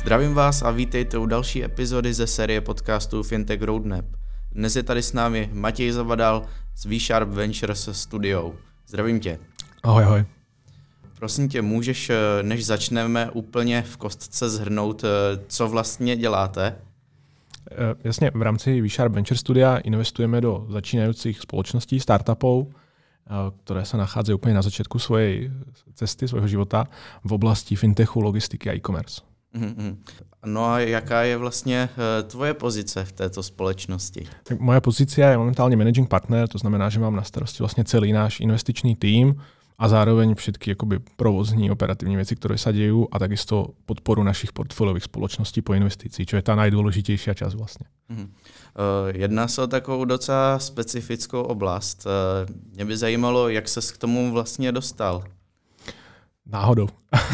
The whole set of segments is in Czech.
Zdravím vás a vítejte u další epizody ze série podcastů Fintech Roadmap. Dnes je tady s námi Matěj Zavadal z V-Sharp Ventures Studio. Zdravím tě. Ahoj, ahoj. Prosím tě, můžeš, než začneme, úplně v kostce shrnout, co vlastně děláte? Jasně, v rámci V-Sharp Venture Studia investujeme do začínajících společností, startupů, které se nacházejí úplně na začátku své cesty, svého života v oblasti fintechu, logistiky a e-commerce. No a jaká je vlastně tvoje pozice v této společnosti? Tak moje pozice je momentálně managing partner, to znamená, že mám na starosti vlastně celý náš investiční tým a zároveň všetky jakoby provozní operativní věci, které se dějí, a takisto podporu našich portfoliových společností po investici, čo je ta nejdůležitější část vlastně. Jedná se o takovou docela specifickou oblast. Mě by zajímalo, jak ses k tomu vlastně dostal. Náhodou.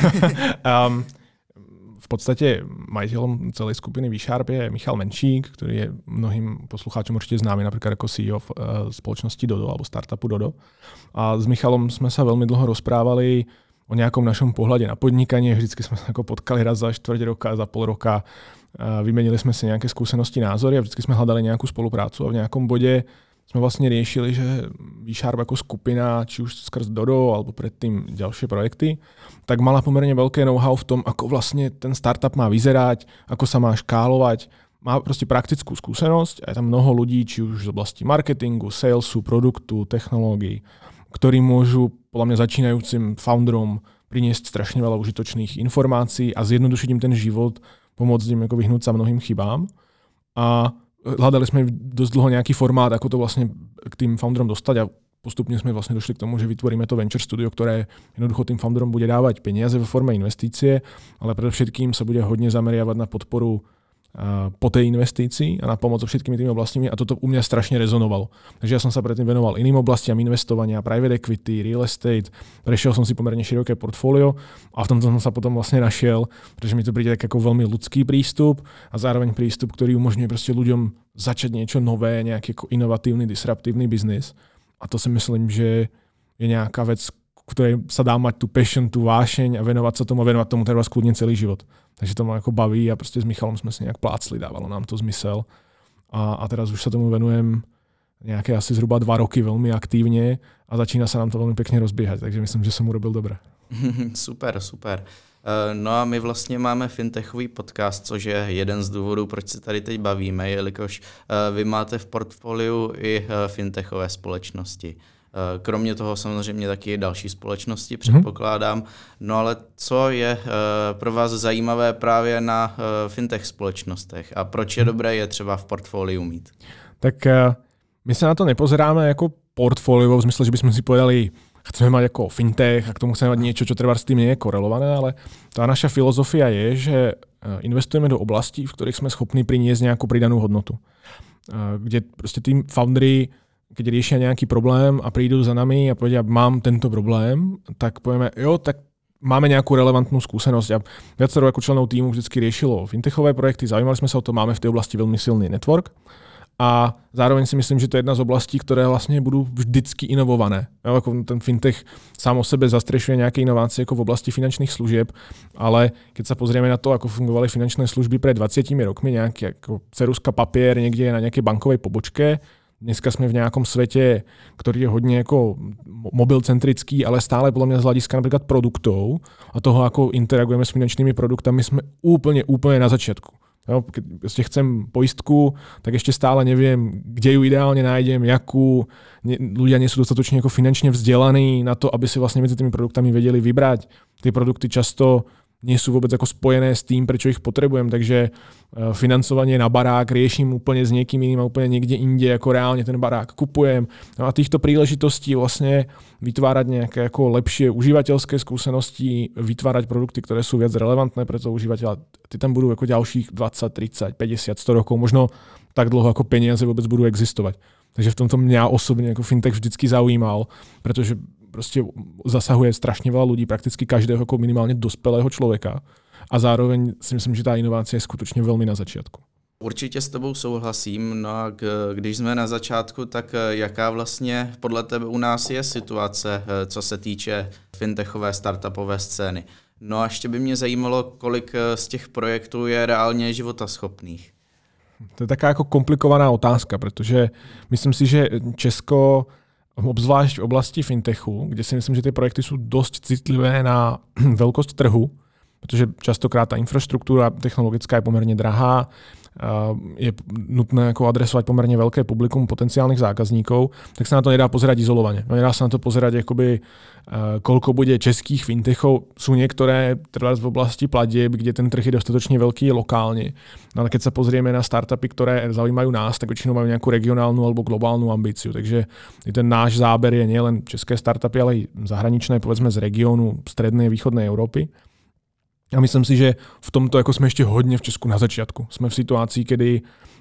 V podstatě majitelem celé skupiny V-Sharp je Michal Menšík, který je mnohým posluchačům určitě známý, například jako CEO společnosti Dodo alebo startupu Dodo. A s Michalom jsme se velmi dlouho rozprávali o nějakom našem pohledě na podnikání. Vždycky jsme se jako potkali raz za čtvrt roka, za pol roka. Vyměnili jsme si nějaké zkušenosti, názory a vždycky jsme hledali nějakou spoluprácu a v nějakom bodě jsme vlastně riešili, že V-Sharp jako skupina, či už skrz Dodo alebo predtým ďalšie projekty, tak mala pomerne veľké know-how v tom, ako vlastne ten startup má vyzerať, ako sa má škálovať. Má prostě praktickú skúsenosť a je tam mnoho ľudí, či už z oblasti marketingu, salesu, produktu, technológií, ktorí môžu podľa mňa začínajúcim founderom priniesť strašne veľa užitočných informácií a zjednodušiť im ten život, pomôcť im jako vyhnúť sa mnohým chybám. A hľadali sme dosť dlho nejaký formát, ako to vlastne k tým founderom dostať a postupne sme vlastne došli k tomu, že vytvoríme to venture studio, ktoré jednoducho tým founderom bude dávať peniaze vo forme investície, ale predovšetkým sa bude hodne zameriavať na podporu po tej investícii a na pomoc so všetkými tými oblastiami a toto u mňa strašne rezonovalo. Takže ja som sa predtým venoval iným oblastiam investovania, private equity, real estate, prešiel som si pomerne široké portfólio a v tomto som sa potom vlastne našiel, pretože mi to príde tak ako veľmi ľudský prístup a zároveň prístup, ktorý umožňuje proste ľuďom začať niečo nové, nejaký ako inovatívny, disruptívny biznis. A to si myslím, že je nejaká vec, ktorej sa dá mať tú passion, tú vášeň a venovať sa tomu a venovať tomu treba skľudne celý život. Takže to ma jako baví a prostě s Michalom jsme si nějak plácli, dávalo nám to zmysel. A teraz už se tomu venujem nějaké asi zhruba 2 roky velmi aktivně a začíná se nám to velmi pěkně rozbíhat, takže myslím, že jsem urobil dobré. Super, super. No a my vlastně máme fintechový podcast, což je jeden z důvodů, proč se tady teď bavíme, jelikož vy máte v portfoliu i fintechové společnosti. Kromě toho samozřejmě taky další společnosti, předpokládám. No ale co je pro vás zajímavé právě na fintech společnostech a proč je dobré je třeba v portfoliu mít? Tak my se na to nepozeráme jako portfolio, v smysle, že bychom si povedali, chceme mať jako fintech a k tomu chceme mať niečo, čo treba s tým nie je korelované, ale tá naša filozofia je, že investujeme do oblastí, v ktorých sme schopní priniesť nejakú pridanú hodnotu. Kde prostě tým foundry, keď riešia nejaký problém a prídu za nami a povedia, mám tento problém, tak povieme, jo, tak máme nejakú relevantnú skúsenosť. A viacero ako členov týmu vždycky riešilo fintechové projekty, zaujímali sme sa o to, máme v tej oblasti veľmi silný network a zároveň si myslím, že to je jedna z oblastí, ktoré vlastne budú vždycky inovované. Jo, ako ten fintech sám o sebe zastrešuje nejaké inovácie ako v oblasti finančných služieb, ale keď sa pozrieme na to, ako fungovali finančné služby pred 20 rokmi, nejaký ako ceruska papier niekde na nejakej bankovej pobočke. Dneska jsme v nějakom světě, který je hodně jako mobilcentrický, ale stále podle mě z hlediska například produktů a toho, jako interagujeme s finančními produktami, jsme úplně na začátku. Jo, keď prostě chcem pojistku, tak ještě stále nevím, kde ju ideálně najdem, jakou. Ľudia nie sú dostatočne jako finančně vzdelaní na to, aby si vlastně mezi tými produktami vedeli vybrať. Ty produkty často nie sú vôbec ako spojené s tým, prečo ich potrebujem, takže financovanie na barák riešim úplne s niekým iným a úplne niekde inde, ako reálne ten barák kupujem. No a týchto príležitostí vlastne vytvárať nejaké ako lepšie užívateľské skúsenosti, vytvárať produkty, ktoré sú viac relevantné pre toho užívateľa. Ty tam budú ako ďalších 20, 30, 50, 100 rokov, možno tak dlouho, ako peniaze vôbec budú existovať. Takže v tomto mňa osobne jako fintech vždycky zaujímal, pretože prostě zasahuje strašně veľa ľudí, prakticky každého jako minimálně dospělého člověka a zároveň si myslím, že ta inovace je skutečně velmi na začátku. Určitě s tebou souhlasím, no a když jsme na začátku, tak jaká vlastně podle tebe u nás je situace, co se týče fintechové startupové scény? No a ještě by mě zajímalo, kolik z těch projektů je reálně životaschopných. To je taková jako komplikovaná otázka, protože myslím si, že Česko, obzvlášť v oblasti fintechu, kde si myslím, že ty projekty jsou dost citlivé na velkost trhu, protože častokrát ta infrastruktura technologická je poměrně drahá, je nutné jako adresovat poměrně velké publikum potenciálnych zákazníků, tak se na to nedá pozerať izolovaně. Nedá se na to pozerať, jakoby, koľko bude českých fintechov. Sú niektoré trvá v oblasti platieb, kde ten trh je dostatočne veľký lokálne. No ale keď sa pozrieme na startupy, ktoré zaujímajú nás, tak väčšinou majú nejakú regionálnu alebo globálnu ambíciu. Takže ten náš záber je nielen české startupy, ale i zahraničné, povedzme z regiónu strednej a východnej Európy. A myslím si, že v tomto jako jsme ještě hodně v Česku na začátku. Jsme v situaci, kdy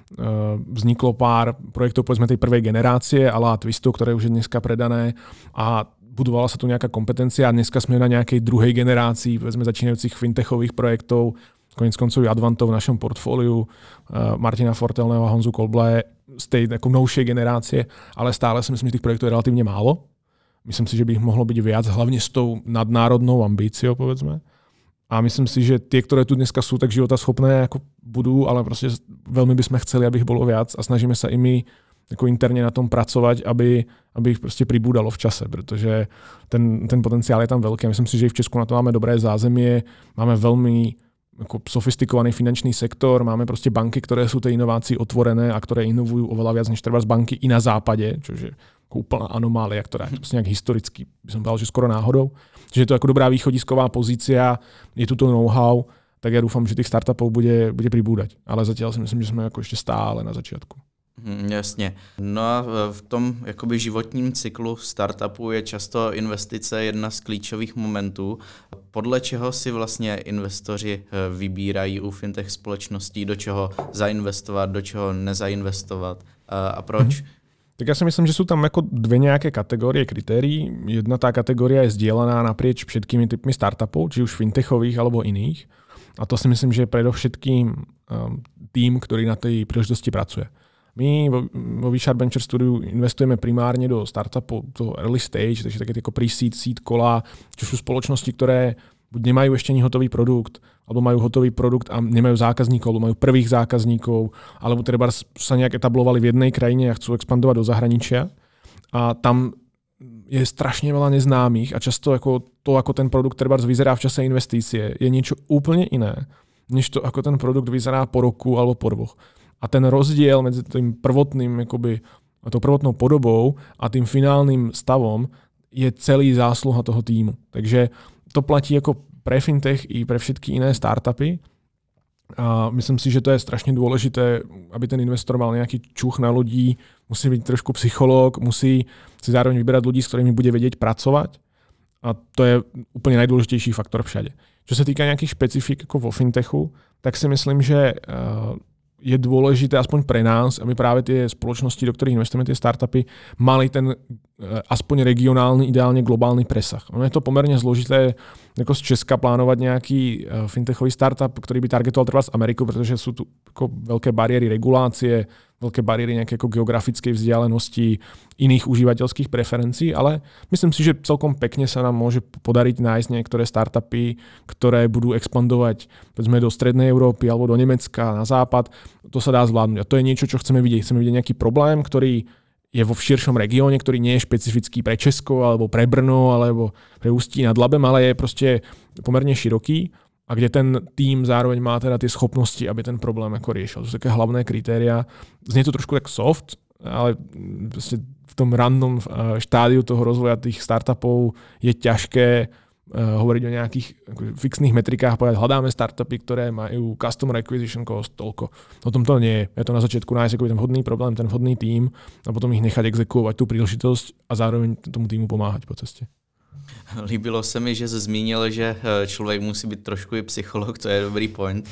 vzniklo pár projektů, povedzme tej prvej generácie, ala Twisto, ktoré už je dneska predané a budovala sa tu nejaká kompetencia a dneska sme na nejakej druhej generácii, povedzme začínajúcich fintechových projektov, konec koncov Advantov v našom portfóliu, Martina Fortelného a Honzu Kolblaje z tej jako novšej generácie, ale stále si myslím, že tých projektov je relatívne málo. Myslím si, že by ich mohlo byť viac, hlavne s tou nadnárodnou ambíciou, povedzme. A myslím si, že tie, ktoré tu dneska sú, tak životaschopné ako budú, ale proste veľmi by sme chceli, aby ich bolo viac a snažíme sa i my jako interně na tom pracovať, aby ich prostě pribúdalo v čase, protože ten potenciál je tam veľký. Myslím si, že i v Česku na to máme dobré zázemie, máme veľmi jako sofistikovaný finančný sektor, máme prostě banky, ktoré sú tej inovácii otvorené a ktoré inovujú oveľa viac než treba z banky i na západe, čo je jako úplná anomália, ktorá je prostě nějak historicky, by som povedal, že skoro náhodou. Takže je to jako dobrá východisková pozícia, je tu to know-how, tak ja dúfam, že tých startupov bude pribúdať. Ale zatiaľ si myslím, že sme jako ešte stále na začiatku. Jasně. No a v tom jakoby životním cyklu startupu je často investice jedna z klíčových momentů. Podle čeho si vlastně investoři vybírají u fintech společností, do čeho zainvestovat, do čeho nezainvestovat a proč? Tak ja si myslím, že sú tam jako dve nejaké kategórie kritérií. Jedna tá kategória je zdieľaná naprieč všetkými typmi startupov, či už fintechových alebo iných. A to si myslím, že je predovšetkým tým, ktorý na tej príležitosti pracuje. My vo Vyšart Venture Studiu investujeme primárne do startupov, do early stage, takže také jako pre-seed, seed kola, čo sú spoločnosti, ktoré buď nemajú ešte ani hotový produkt, alebo majú hotový produkt a nemajú zákazníkov, alebo majú prvých zákazníkov, alebo treba sa nejak etablovali v jednej krajine a chcú expandovať do zahraničia. A tam je strašne veľa neznámych a často ako ten produkt treba vyzerá v čase investície, je niečo úplne iné, než to, ako ten produkt vyzerá po roku alebo po dvoch. A ten rozdiel medzi tým prvotným, tou prvotnou podobou a tým finálnym stavom je celý zásluha toho týmu. Takže to platí jako pre fintech i pre všetky iné startupy. A myslím si, že to je strašně důležité, aby ten investor mal nějaký čuch na ľudí, musí být trošku psycholog, musí si zároveň vyberať ľudí, s ktorými bude vedieť pracovať. A to je úplně nejdůležitější faktor všade. Čo se týká nějakých špecifik jako vo fintechu, tak si myslím, že je dôležité aspoň pre nás, aby práve tie spoločnosti, do ktorých investujeme, tie startupy, mali ten aspoň regionálny, ideálne globálny presah. Je to pomerne zložité jako z Česka plánovat nějaký fintechový startup, který by targetoval třeba z Ameriku, protože jsou tu jako velké bariéry regulácie, velké bariéry nějaké jako geografické vzdialenosti, iných užívateľských preferencí, ale myslím si, že celkom pekne sa nám môže podariť nájsť niektoré startupy, ktoré budú expandovať povedzme do strednej Európy alebo do Nemecka, na západ. To sa dá zvládnuť. A to je niečo, čo chceme vidieť. Chceme vidieť nejaký problém, ktorý je vo širšom regióne, ktorý nie je špecifický pre Česko, alebo pre Brno, alebo pre Ústí nad Labem, ale je proste pomerne široký a kde ten tým zároveň má teda tie schopnosti, aby ten problém ako riešil. To sú také hlavné kritéria. Znie to trošku tak soft, ale v tom random štádiu toho rozvoja tých startupov je ťažké hovoriť o nejakých fixných metrikách, povedať, hľadáme startupy, ktoré majú customer acquisition cost toľko. O tom to nie je. Je to na začiatku nájsť ten vhodný problém, ten vhodný tým a potom ich nechať exekuovať tú príležitosť a zároveň tomu týmu pomáhať po ceste. Líbilo se mi, že jsi zmínil, že člověk musí být trošku i psycholog, to je dobrý point.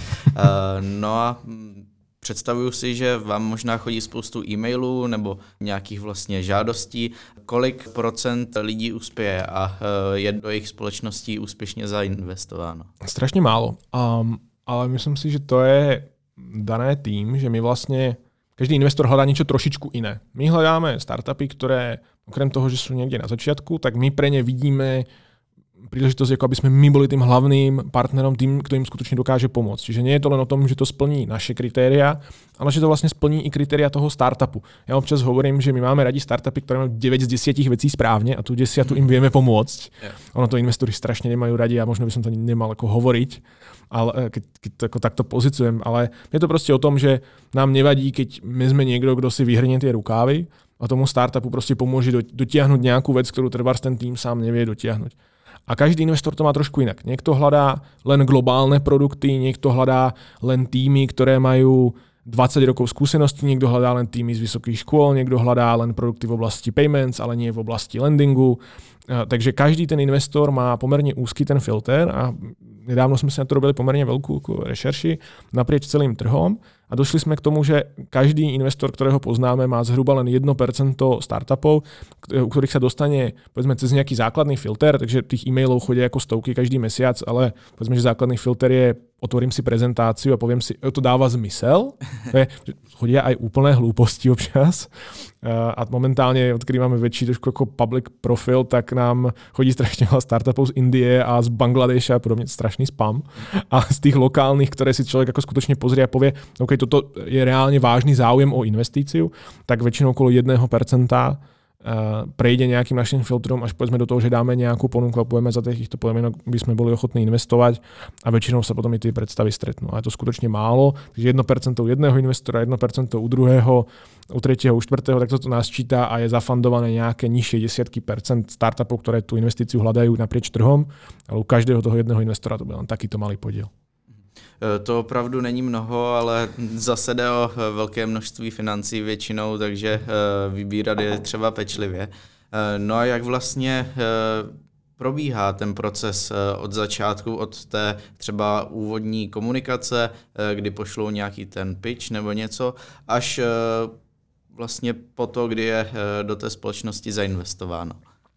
No a představuju si, že vám možná chodí spoustu e-mailů nebo nějakých vlastně žádostí. Kolik procent lidí uspěje a je do jejich společností úspěšně zainvestováno? Strašně málo, ale myslím si, že to je dané tým, že my vlastně každý investor hľadá niečo trošičku iné. My hľadáme startupy, ktoré okrem toho, že sú niekde na začiatku, tak my pre ne vidíme príležitosť, ako aby sme my boli tým hlavným partnerom, tým, kto im skutočne dokáže pomôcť. Čiže nie je to len o tom, že to splní naše kritéria, ale že to vlastne splní i kritéria toho startupu. Ja občas hovorím, že my máme radi startupy, ktoré majú 9 z 10 vecí správne a tú 10 im vieme pomôcť. Ono to investori strašne nemajú radi a možno by som to nemal ako hovoriť, ale keď to ako takto pozicujem. Ale je to proste o tom, že nám nevadí, keď my sme niekto, kto si vyhrnie tie rukávy a tomu startupu proste pomôže dotiahnuť nejakú vec, ktorú trebárs ten tým sám nevie dotiahnuť. A každý investor to má trošku inak. Niekto hľadá len globálne produkty, niekto hľadá len týmy, ktoré majú 20 rokov skúsenosti, niekto hľadá len týmy z vysokých škôl, niekto hľadá len produkty v oblasti payments, ale nie v oblasti lendingu. Takže každý ten investor má pomerne úzky ten filter a nedávno sme si na to robili pomerne veľkú rešerši naprieč celým trhom a došli sme k tomu, že každý investor, ktorého poznáme, má zhruba len 1% startupov, u ktorých sa dostane povedzme cez nejaký základný filter, takže tých e-mailov chodia ako stovky každý mesiac, ale povedzme, že základný filter je otvorím si prezentáciu a poviem si, to dáva zmysel. Chodia aj úplné hlúposti občas. A momentálne, odkedy máme väčší trošku ako public profil, tak nám chodí strašne veľa startupov z Indie a z Bangladeša a podobne, strašný spam. A z tých lokálnych, ktoré si človek ako skutočne pozrie a povie, OK, toto je reálne vážny záujem o investíciu, tak väčšinou okolo 1% prejde nejakým našim filtrom, až povedzme do toho, že dáme nejakú ponuku a povieme za týchto podmienok by sme boli ochotní investovať a väčšinou sa potom i tie predstavy stretnú. A je to skutočne málo, takže 1% u jedného investora, 1% u druhého, u tretieho, u štvrtého, tak toto nás číta a je zafandované nejaké nižšie desiatky percent startupov, ktoré tú investíciu hľadajú naprieč trhom, ale u každého toho jedného investora to byl len takýto malý podiel. To opravdu není mnoho, ale zase jde o velké množství financí většinou, takže vybírat je třeba pečlivě. No a jak vlastně probíhá ten proces od začátku, od té třeba úvodní komunikace, kdy pošlou nějaký ten pitch nebo něco, až vlastně po to, kdy je do té společnosti zainvestováno?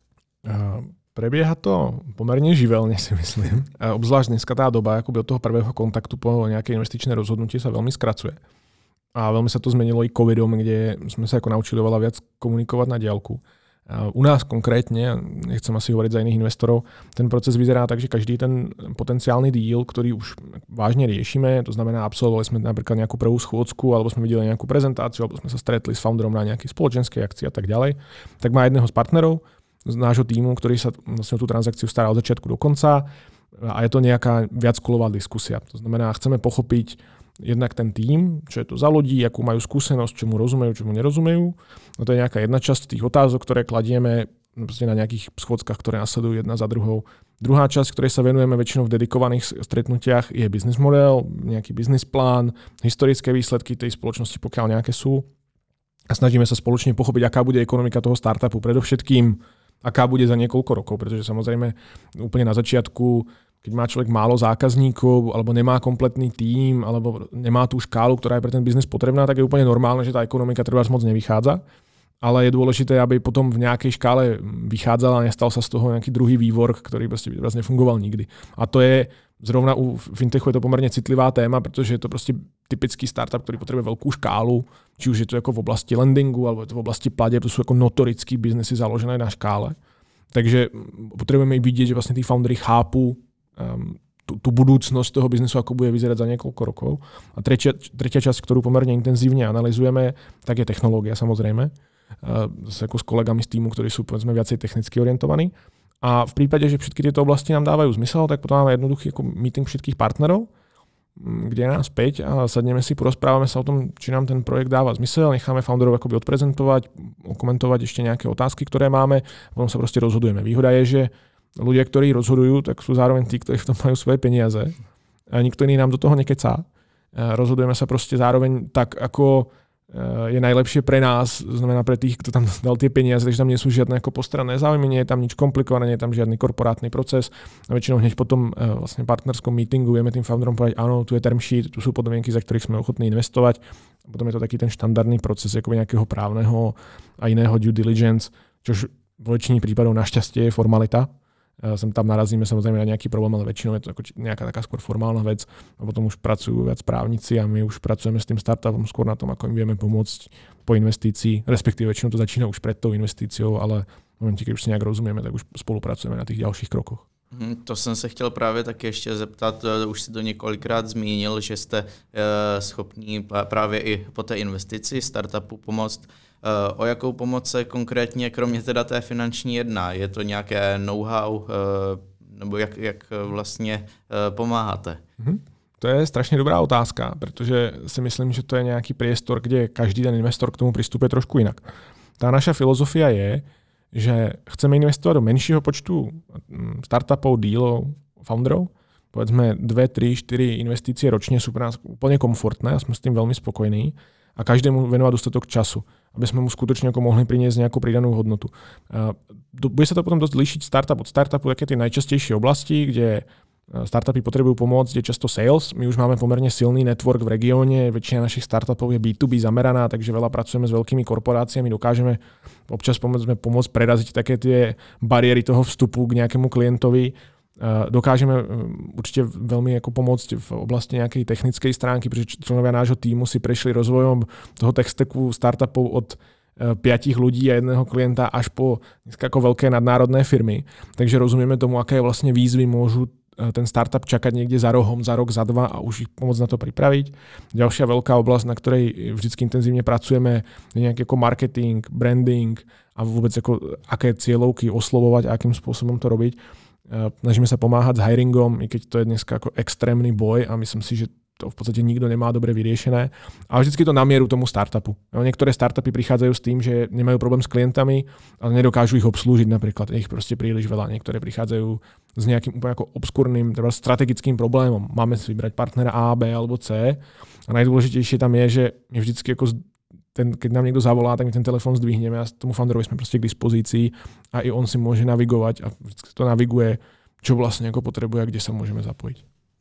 Prebieha to pomerne živelne, si myslím. Obzvlášť dneska tá doba akoby od toho prvého kontaktu po nejaké investičné rozhodnutie sa veľmi skracuje. A veľmi sa to zmenilo i covidom, kde sme sa ako naučili oveľa viac komunikovať na diaľku. U nás konkrétne, nechcem asi hovoriť za iných investorov, ten proces vyzerá tak, že každý ten potenciálny deal, ktorý už vážne riešime, to znamená absolvovali sme napríklad nejakú prvú schôdzku, alebo sme videli nejakú prezentáciu, alebo sme sa stretli s founderom na nejakej spoločenskej akcii a tak ďalej, tak má jedného z partnerov z nášho týmu, ktorý sa vlastne o tú transakciu stará od začiatku do konca a je to nejaká viackolová diskusia. To znamená, chceme pochopiť jednak ten tím, čo je to za ľudí, akú majú skúsenosť, čomu rozumejú, čomu nerozumejú. No to je nejaká jedna časť tých otázok, ktoré kladieme na nejakých schôdzkach, ktoré nasledujú jedna za druhou. Druhá časť, ktorej sa venujeme väčšinou v dedikovaných stretnutiach, je business model, nejaký business plán, historické výsledky tej spoločnosti, pokiaľ nejaké sú. A snažíme sa spoločne pochopiť, aká bude ekonomika toho startupu, predovšetkým aká bude za niekoľko rokov, pretože samozrejme úplne na začiatku, keď má človek málo zákazníkov, alebo nemá kompletný tím, alebo nemá tú škálu, ktorá je pre ten biznis potrebná, tak je úplne normálne, že tá ekonomika treba moc nevychádza. Ale je dôležité, aby potom v nejakej škále vychádzala a nestal sa z toho nejaký druhý vývor, ktorý proste nefungoval nikdy. A to je zrovna u fintechu je to pomerne citlivá téma, pretože je to proste typický startup, ktorý potrebuje veľkú škálu, či už je to ako v oblasti lendingu, alebo je to v oblasti platieb, to sú ako notorický biznesy založené na škále. Takže potrebujeme i vidieť, že vlastne tí foundery chápu tú budúcnosť toho biznesu, ako bude vyzerať za niekoľko rokov. A tretia časť, ktorú pomerne intenzívne analyzujeme, tak je technológia samozrejme. Zase ako s kolegami z týmu, ktorí sú povedzme viacej technicky orientovaní. A v prípade, že všetky tieto oblasti nám dávajú zmysel, tak potom máme jednoduchý ako meeting všetkých partnerov, kde je nás 5 a sadneme si, porozprávame sa o tom, či nám ten projekt dáva zmysel, necháme founderov akoby odprezentovať, okomentovať ešte nejaké otázky, ktoré máme, a potom sa proste rozhodujeme. Výhoda je, že ľudia, ktorí rozhodujú, tak sú zároveň tí, ktorí v tom majú svoje peniaze a nikto iný nám do toho nekecá. Rozhodujeme sa proste zároveň tak, ako je najlepšie pre nás, to znamená pre tých, kto tam dal tie peniaze, takže tam nie sú žiadne ako postranné záujmy, nie je tam nič komplikované, nie je tam žiadny korporátny proces. A väčšinou hneď potom vlastne partnerskom meetingu vieme tým founderom povedať, áno, tu je term sheet, tu sú podmienky, za ktorých sme ochotní investovať. A potom je to taký ten štandardný proces ako nejakého právneho a iného due diligence, čož v väčšine prípadov našťastie je formalita. Sem tam narazíme samozrejme na nejaký problém, ale väčšinou je to ako nejaká taká skôr formálna vec a potom už pracujú viac právnici a my už pracujeme s tým startupom skôr na tom, ako im vieme pomôcť po investícii, respektíve väčšinou to začína už pred tou investíciou, ale v momente, keď už si nejak rozumieme, tak už spolupracujeme na tých ďalších krokoch. To jsem se chtěl právě taky ještě zeptat, už si to několikrát zmínil, že jste schopní právě i po té investici startupu pomoct. O jakou pomoc se konkrétně, kromě teda té finanční, jedná? Je to nějaké know-how, nebo jak vlastně pomáháte? To je strašně dobrá otázka, protože si myslím, že to je nějaký priestor, kde každý ten investor k tomu přistupuje trošku jinak. Tá naša filozofia je, že chceme investovať do menšieho počtu startupov, dealov, founderov. Povedzme 2, 3, 4 investície ročne sú pre nás úplne komfortné a sme s tým veľmi spokojní. A každému venovať dostatok času, aby sme mu skutočne ako mohli priniesť nejakú pridanú hodnotu. Bude sa to potom dosť líšiť startup od startupu, také tie najčastejšie oblasti, kde startupy potrebujú pomôcť, je často sales. My už máme pomerne silný network v regióne, väčšina našich startupov je B2B zameraná, takže veľa pracujeme s veľkými korporáciami, dokážeme občas pomôcť preraziť také tie bariéry toho vstupu k nejakému klientovi. Dokážeme určite veľmi ako pomôcť v oblasti nejakej technickej stránky, pretože členovia nášho týmu si prešli rozvojom toho tech stacku startupov od 5 ľudí a jedného klienta až po dneska ako veľké nadnárodné firmy. Takže rozumieme tomu, aké vlastne výzvy môžu ten startup čakať niekde za rohom, za rok, za 2 a už ich pomôcť na to pripraviť. Ďalšia veľká oblasť, na ktorej vždycky intenzívne pracujeme, je nejaký ako marketing, branding a vôbec ako aké cieľovky oslovovať a akým spôsobom to robiť. Snažíme sa pomáhať s hiringom, i keď to je dneska ako extrémny boj a myslím si, že to v podstate nikto nemá dobre vyriešené. Ale vždycky to na mieru tomu startupu. Niektoré startupy prichádzajú s tým, že nemajú problém s klientami, ale nedokážu ich obslúžiť napríklad. Je ich proste príliš veľa. Niektoré prichádzajú s nejakým úplne ako obskúrnym, teda strategickým problémom. Máme si vybrať partnera A, B alebo C. A najdôležitejšie tam je, že my vždycky ako keď nám niekto zavolá, tak my ten telefon zdvihneme a tomu founderovi sme proste k dispozícii a i on si môže navigovať a vždycky to naviguje, čo vlastne ako potrebuje a kde sa môžeme zapojiť.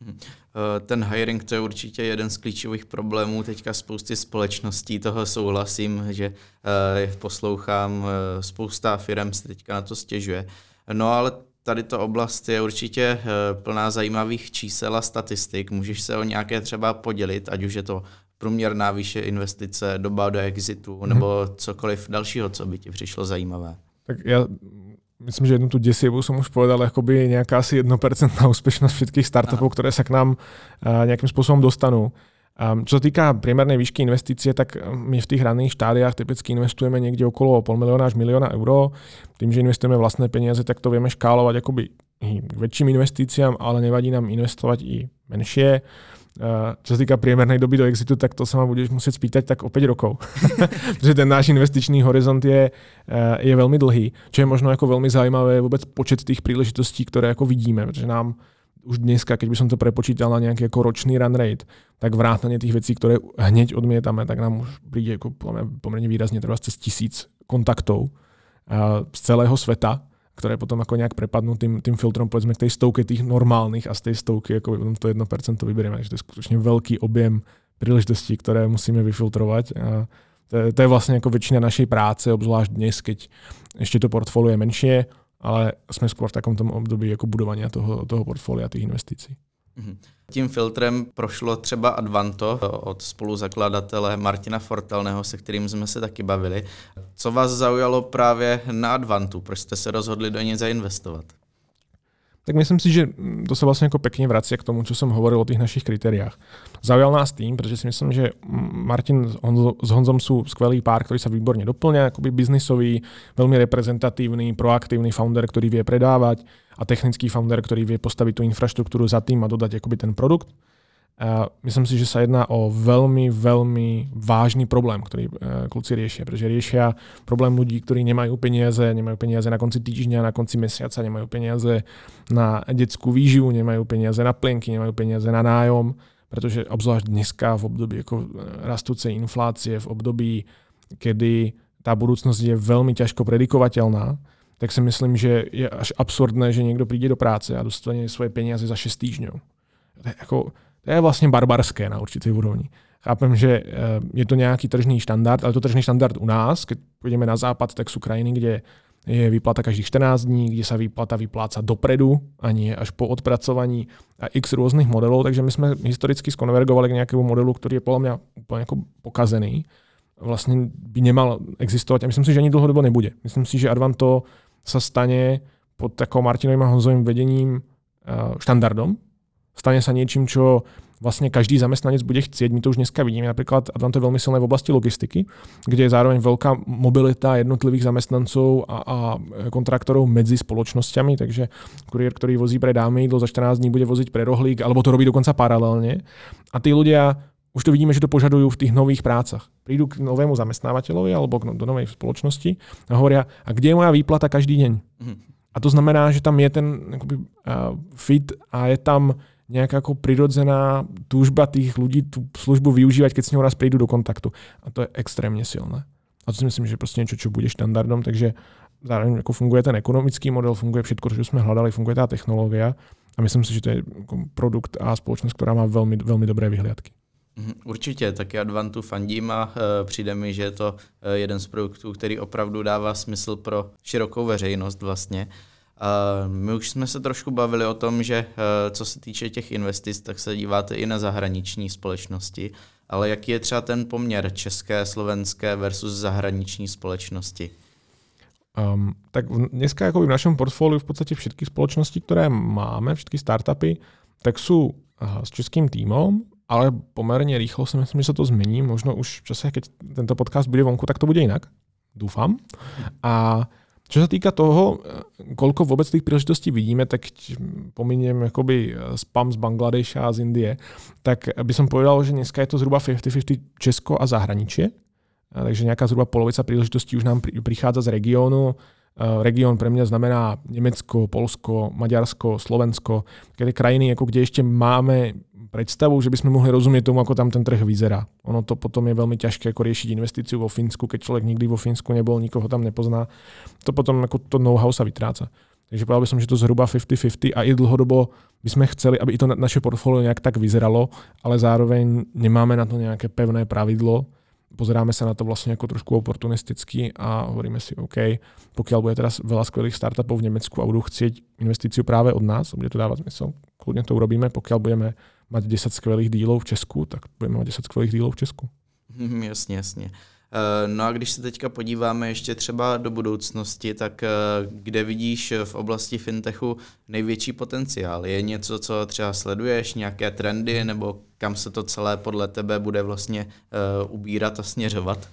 Ten hiring, to je určitě jeden z klíčových problémů. Teďka spousty společností, toho souhlasím, že poslouchám, spousta firem se teďka na to stěžuje. No ale tady to oblast je určitě plná zajímavých čísel a statistik. Můžeš se o nějaké třeba podělit, ať už je to průměrná výše investice, doba do exitu, nebo cokoliv dalšího, co by ti přišlo zajímavé. Tak ja myslím, že jednu tú desivú som už povedal, akoby nejaká asi 1% úspešnosť všetkých startupov, ktoré sa k nám nejakým spôsobom dostanú. Čo sa týka priemernej výšky investície, tak my v tých ranných štádiách typicky investujeme niekde okolo 500 000 až 1 000 000 eur. Tým, že investujeme vlastné peniaze, tak to vieme škálovať akoby k väčším investíciám, ale nevadí nám investovať i menšie. Čo sa týka priemernej doby do exitu, tak to sa ma budeš musieť spýtať tak o 5 rokov. Pretože ten náš investičný horizont je veľmi dlhý, čo je možno ako veľmi zaujímavé vôbec počet tých príležitostí, ktoré ako vidíme, pretože nám už dneska, keď by som to prepočítal na nejaký ako ročný run rate, tak vrátane tých vecí, ktoré hneď odmietame, tak nám už príde ako pomerne výrazne treba cez 1000 kontaktov z celého sveta, ktoré potom ako nejak prepadnú tým filtrom, povedzme k tej stovke tých normálnych a z tej stovky ako to 1% vyberieme. Takže to je skutočne veľký objem príležitostí, ktoré musíme vyfiltrovať. A to je vlastne ako väčšina našej práce, obzvlášť dnes, keď ešte to portfólio je menšie, ale sme skôr v takomto období ako budovania toho portfólia, tých investícií. Tím filtrem prošlo třeba Advanto od spoluzakladatele Martina Fortelného, se kterým jsme se taky bavili. Co vás zaujalo právě na Advantu? Proč jste se rozhodli do něj zainvestovat? Tak myslím si, že to sa vlastne ako pekne vracia k tomu, čo som hovoril o tých našich kritériách. Zaujal nás tým, pretože si myslím, že Martin s Honzom sú skvelý pár, ktorý sa výborne doplňa, akoby biznisový, veľmi reprezentatívny, proaktívny founder, ktorý vie predávať a technický founder, ktorý vie postaviť tú infraštruktúru za tým a dodať akoby ten produkt. A myslím si, že sa jedná o veľmi, veľmi vážny problém, ktorý kluci riešia, pretože riešia problém ľudí, ktorí nemajú peniaze na konci týždňa, na konci mesiaca, nemajú peniaze na detskú výživu, nemajú peniaze na plienky, nemajú peniaze na nájom, pretože obzvlášť dneska v období ako rastúcej inflácie, v období, kedy tá budúcnosť je veľmi ťažko predikovateľná, tak si myslím, že je až absurdné, že niekto príde do práce a dostane svoje peniaze za 6 týždňov. To je vlastne barbarské na určitej úrovni. Chápem, že je to nejaký tržný štandard, ale to tržný štandard u nás, keď pôjdeme na západ, tak sú krajiny, kde je výplata každých 14 dní, kde sa výplata vypláca dopredu a nie až po odpracovaní a x rôznych modelov, takže my sme historicky skonvergovali k nejakému modelu, ktorý je podľa mňa úplne ako pokazený. Vlastne by nemal existovať a myslím si, že ani dlhodobo nebude. Myslím si, že Advanto sa stane pod takou Martinovým a Honzovým vedením štandardom. Stane sa niečím, čo vlastne každý zamestnanec bude chcieť. My to už dneska vidíme napríklad, a tam to je veľmi silné v oblasti logistiky, kde je zároveň veľká mobilita jednotlivých zamestnancov a kontraktorov medzi spoločnosťami, takže kuriér, ktorý vozí pre dámy jídlo, za 14 dní bude voziť pre rohlík, alebo to robí dokonca paralelne. A tí ľudia, už to vidíme, že to požadujú v tých nových prácach. Prídu k novému zamestnávateľovi alebo do novej spoločnosti a hovoria, a kde je moja výplata každý deň? A to znamená, že tam je ten fit a je tam nejaká ako prirodzená túžba tých ľudí tú službu využívať, keď s ňou raz prídu do kontaktu. A to je extrémne silné. A to si myslím, že proste niečo, čo bude štandardom, takže zároveň ako funguje ten ekonomický model, funguje všetko, čo sme hľadali, funguje tá technológia a myslím si, že to je produkt a spoločnosť, ktorá má veľmi, veľmi dobré vyhliadky. Určitě, taky Advantu fandím a přijde mi, že je to jeden z produktů, který opravdu dává smysl pro širokou veřejnost vlastně. My už jsme se trošku bavili o tom, že co se týče těch investic, tak se díváte i na zahraniční společnosti, ale jaký je třeba ten poměr české, slovenské versus zahraniční společnosti? Tak dneska jako v našem portfóliu v podstatě všetky společnosti, které máme, všetky startupy, tak sú s českým týmom, ale pomerne rýchlo si myslím, že sa to zmení. Možno už v čase, keď tento podcast bude vonku, tak to bude inak. Dúfam. A čo sa týka toho, koľko vôbec tých príležitostí vidíme, tak pominiem akoby spam z Bangladeša a z Indie, tak by som povedal, že dneska je to zhruba 50-50 Česko a zahraničie. Takže nejaká zhruba polovica príležitostí už nám prichádza z regiónu. Región pre mňa znamená Nemecko, Polsko, Maďarsko, Slovensko. Také krajiny, ako kde ešte máme predstavu, že by sme mohli rozumieť tomu, ako tam ten trh vyzerá. Ono to potom je veľmi ťažké ako riešiť investíciu vo Fínsku, keď človek nikdy vo Fínsku nebol, nikoho tam nepozná. To potom ako to know-how sa vytráca. Takže povedal by som, že to zhruba 50-50 a i dlhodobo by sme chceli, aby i to naše portfólio nejak tak vyzeralo, ale zároveň nemáme na to nejaké pevné pravidlo. Pozeráme sa na to vlastne ako trošku oportunisticky a hovoríme si, OK, pokiaľ bude teraz veľa skvelých startupov v Nemecku a budú chcieť investíciu práve od nás, bude to dávať zmysel, kľudne to urobíme, pokiaľ budeme mať 10 skvelých dílov v Česku, tak budeme mať 10 skvelých dílov v Česku. Jasně, jasně. No a když se teďka podíváme ještě třeba do budoucnosti, tak kde vidíš v oblasti fintechu největší potenciál? Je něco, co třeba sleduješ, nějaké trendy, nebo kam se to celé podle tebe bude vlastně ubírat a směřovat?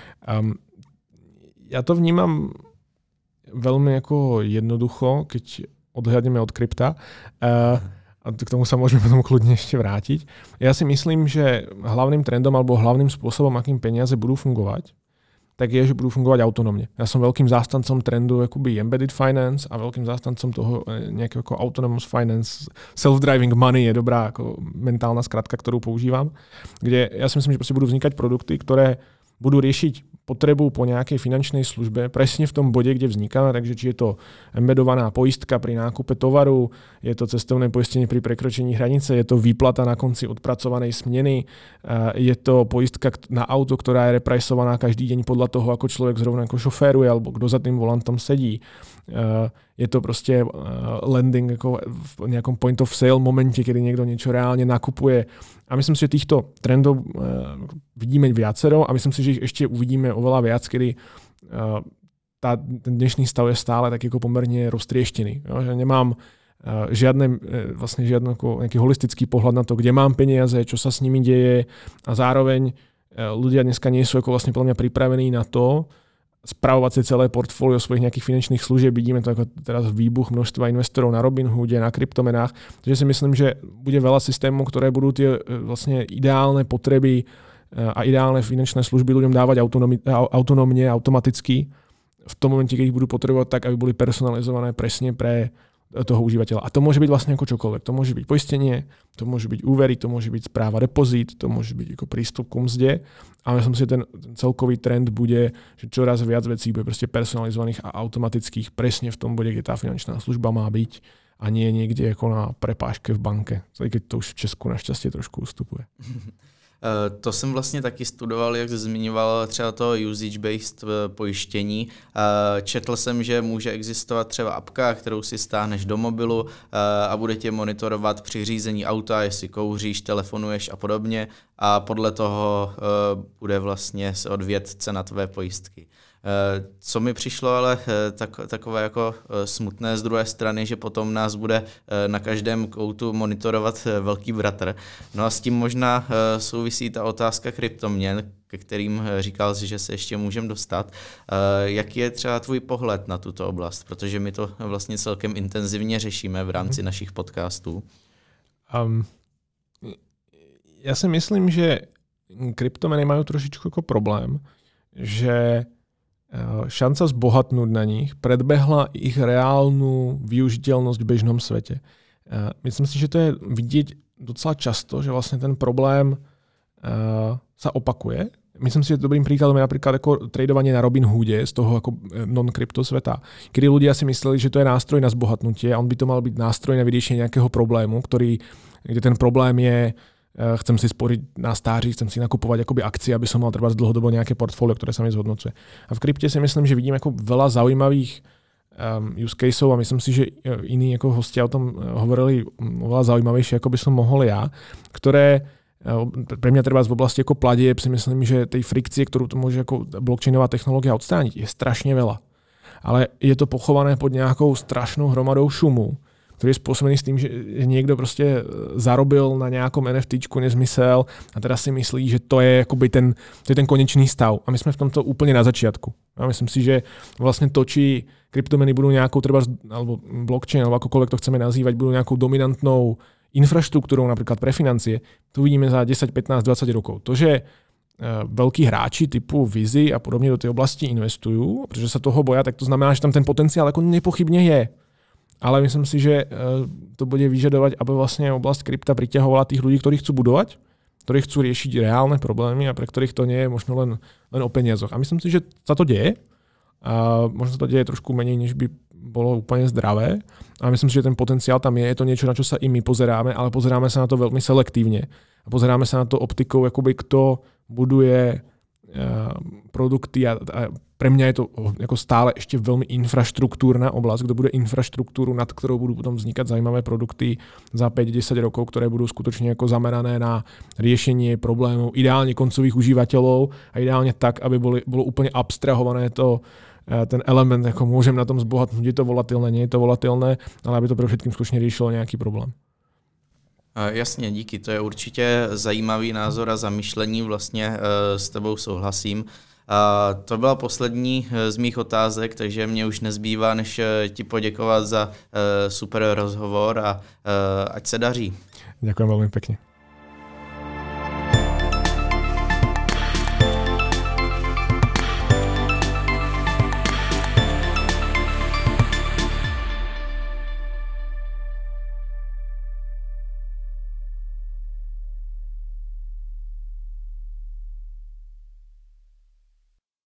Ja to vnímam veľmi ako jednoducho, keď odhľadneme od krypta. A k tomu sa môžeme potom kľudne ešte vrátiť. Ja si myslím, že hlavným trendom alebo hlavným spôsobom, akým peniaze budú fungovať, tak je, že budú fungovať autonómne. Ja som veľkým zástancom trendu akoby embedded finance a veľkým zástancom toho nejakého ako autonomous finance. Self-driving money je dobrá ako mentálna skratka, ktorú používam. Kde ja si myslím, že proste budú vznikať produkty, ktoré budú riešiť potrebu po nejakej finančnej službe presne v tom bode, kde vzniká, takže či je to embedovaná poistka pri nákupe tovaru, je to cestovné poistenie pri prekročení hranice, je to výplata na konci odpracovanej smeny, je to poistka na auto, ktorá je represovaná každý deň podľa toho, ako človek zrovna ako šoféruje alebo kto za tým volantom sedí. Je to proste lending ako v nejakom point of sale momente, kedy niekto niečo reálne nakupuje. A myslím si, že týchto trendov vidíme viacero a myslím si, že ich ešte uvidíme oveľa viac, kedy ten dnešný stav je stále taký ako pomerne roztrieštený. Že nemám žiadny nejaký holistický pohľad na to, kde mám peniaze, čo sa s nimi deje a zároveň ľudia dneska nie sú ako vlastne podľa mňa pripravení na to, spravovať si celé portfólio svojich nejakých finančných služieb. Vidíme to ako teraz výbuch množstva investorov na Robinhoode, na kryptomenách. Takže si myslím, že bude veľa systémov, ktoré budú tie vlastne ideálne potreby a ideálne finančné služby ľuďom dávať autonómne, automaticky v tom momente, keď ich budú potrebovať tak, aby boli personalizované presne pre toho užívateľa. A to môže byť vlastne ako čokoľvek. To môže byť poistenie, to môže byť úvery, to môže byť správa depozít, to môže byť ako prístup k mzde. Ale myslím si, že ten celkový trend bude, že čoraz viac vecí bude proste personalizovaných a automatických presne v tom bode, kde tá finančná služba má byť a nie niekde ako na prepážke v banke. Keď to už v Česku našťastie trošku ustupuje. To jsem vlastně taky studoval, jak jsi zmiňoval třeba to usage-based pojištění. Četl jsem, že může existovat třeba apka, kterou si stáhneš do mobilu a bude tě monitorovat při řízení auta, jestli kouříš, telefonuješ a podobně a podle toho bude vlastně se odvíjet cena tvé pojistky. Co mi přišlo ale takové jako smutné z druhé strany, že potom nás bude na každém koutu monitorovat velký bratr. No a s tím možná souvisí ta otázka kryptoměn, ke kterým říkal jsi, že se ještě můžeme dostat. Jaký je třeba tvůj pohled na tuto oblast? Protože my to vlastně celkem intenzivně řešíme v rámci našich podcastů. Já si myslím, že kryptomeny majú trošičku jako problém, že šanca zbohatnúť na nich predbehla ich reálnu využiteľnosť v bežnom svete. Myslím si, že to je vidieť docela často, že vlastne ten problém sa opakuje. Myslím si, že dobrým príkladom je napríklad ako tradovanie na Robinhoode z toho ako non-krypto sveta, kedy ľudia si mysleli, že to je nástroj na zbohatnutie a on by to mal byť nástroj na vyriešenie nejakého problému, kde ten problém je chcem si sporiť na stáří, chcem si nakupovať akoby akcie, aby som mal treba dlhodobo nejaké portfólio, ktoré sa mi zhodnocuje. A v krypte si myslím, že vidím ako veľa zaujímavých use caseov a myslím si, že iní ako hostia o tom hovorili oveľa zaujímavejšie, ako by som mohol ja, ktoré pre mňa treba v oblasti ako platieb si myslím, že tej frikcie, ktorú to môže ako blockchainová technológia odstrániť, je strašne veľa. Ale je to pochované pod nejakou strašnou hromadou šumu, ktorý je spôsobený s tým, že niekto proste zarobil na nejakom NFTčku nezmysel a teraz si myslí, že to je akoby ten konečný stav. A my sme v tomto úplne na začiatku. A myslím si, že vlastne to, či kryptomeny budú nejakou treba, alebo blockchain, alebo akokoľvek to chceme nazývať, budú nejakou dominantnou infraštruktúrou napríklad pre financie, to uvidíme za 10, 15, 20 rokov. To, že veľkí hráči typu Vizy a podobne do tej oblasti investujú, pretože sa toho boja, tak to znamená, že tam ten potenciál ako nepochybne je. Ale myslím si, že to bude vyžadovať, aby vlastne oblasť krypta priťahovala tých ľudí, ktorí chcú budovať, ktorí chcú riešiť reálne problémy a pre ktorých to nie je možno len o peniazoch. A myslím si, že sa to deje. A možno sa to deje trošku menej, než by bolo úplne zdravé. A myslím si, že ten potenciál tam je to niečo, na čo sa i my pozeráme, ale pozeráme sa na to veľmi selektívne. A pozeráme sa na to optikou, akoby kto buduje produkty a pre mňa je to ako stále ešte veľmi infraštruktúrna oblasť, kto bude infraštruktúru, nad ktorou budú potom vznikať zaujímavé produkty za 5-10 rokov, ktoré budú skutočne ako zamerané na riešenie problémov ideálne koncových užívateľov a ideálne tak, aby bolo úplne abstrahované ten element, ako môžem na tom zbohatnúť, je to volatilné, nie je to volatilné, ale aby to pre všetkým skutočne riešilo nejaký problém. Jasně, díky, to je určitě zajímavý názor a zamyšlení, vlastně s tebou souhlasím. To byla poslední z mých otázek, takže mě už nezbývá, než ti poděkovat za super rozhovor a ať se daří. Ďakujem veľmi pekne.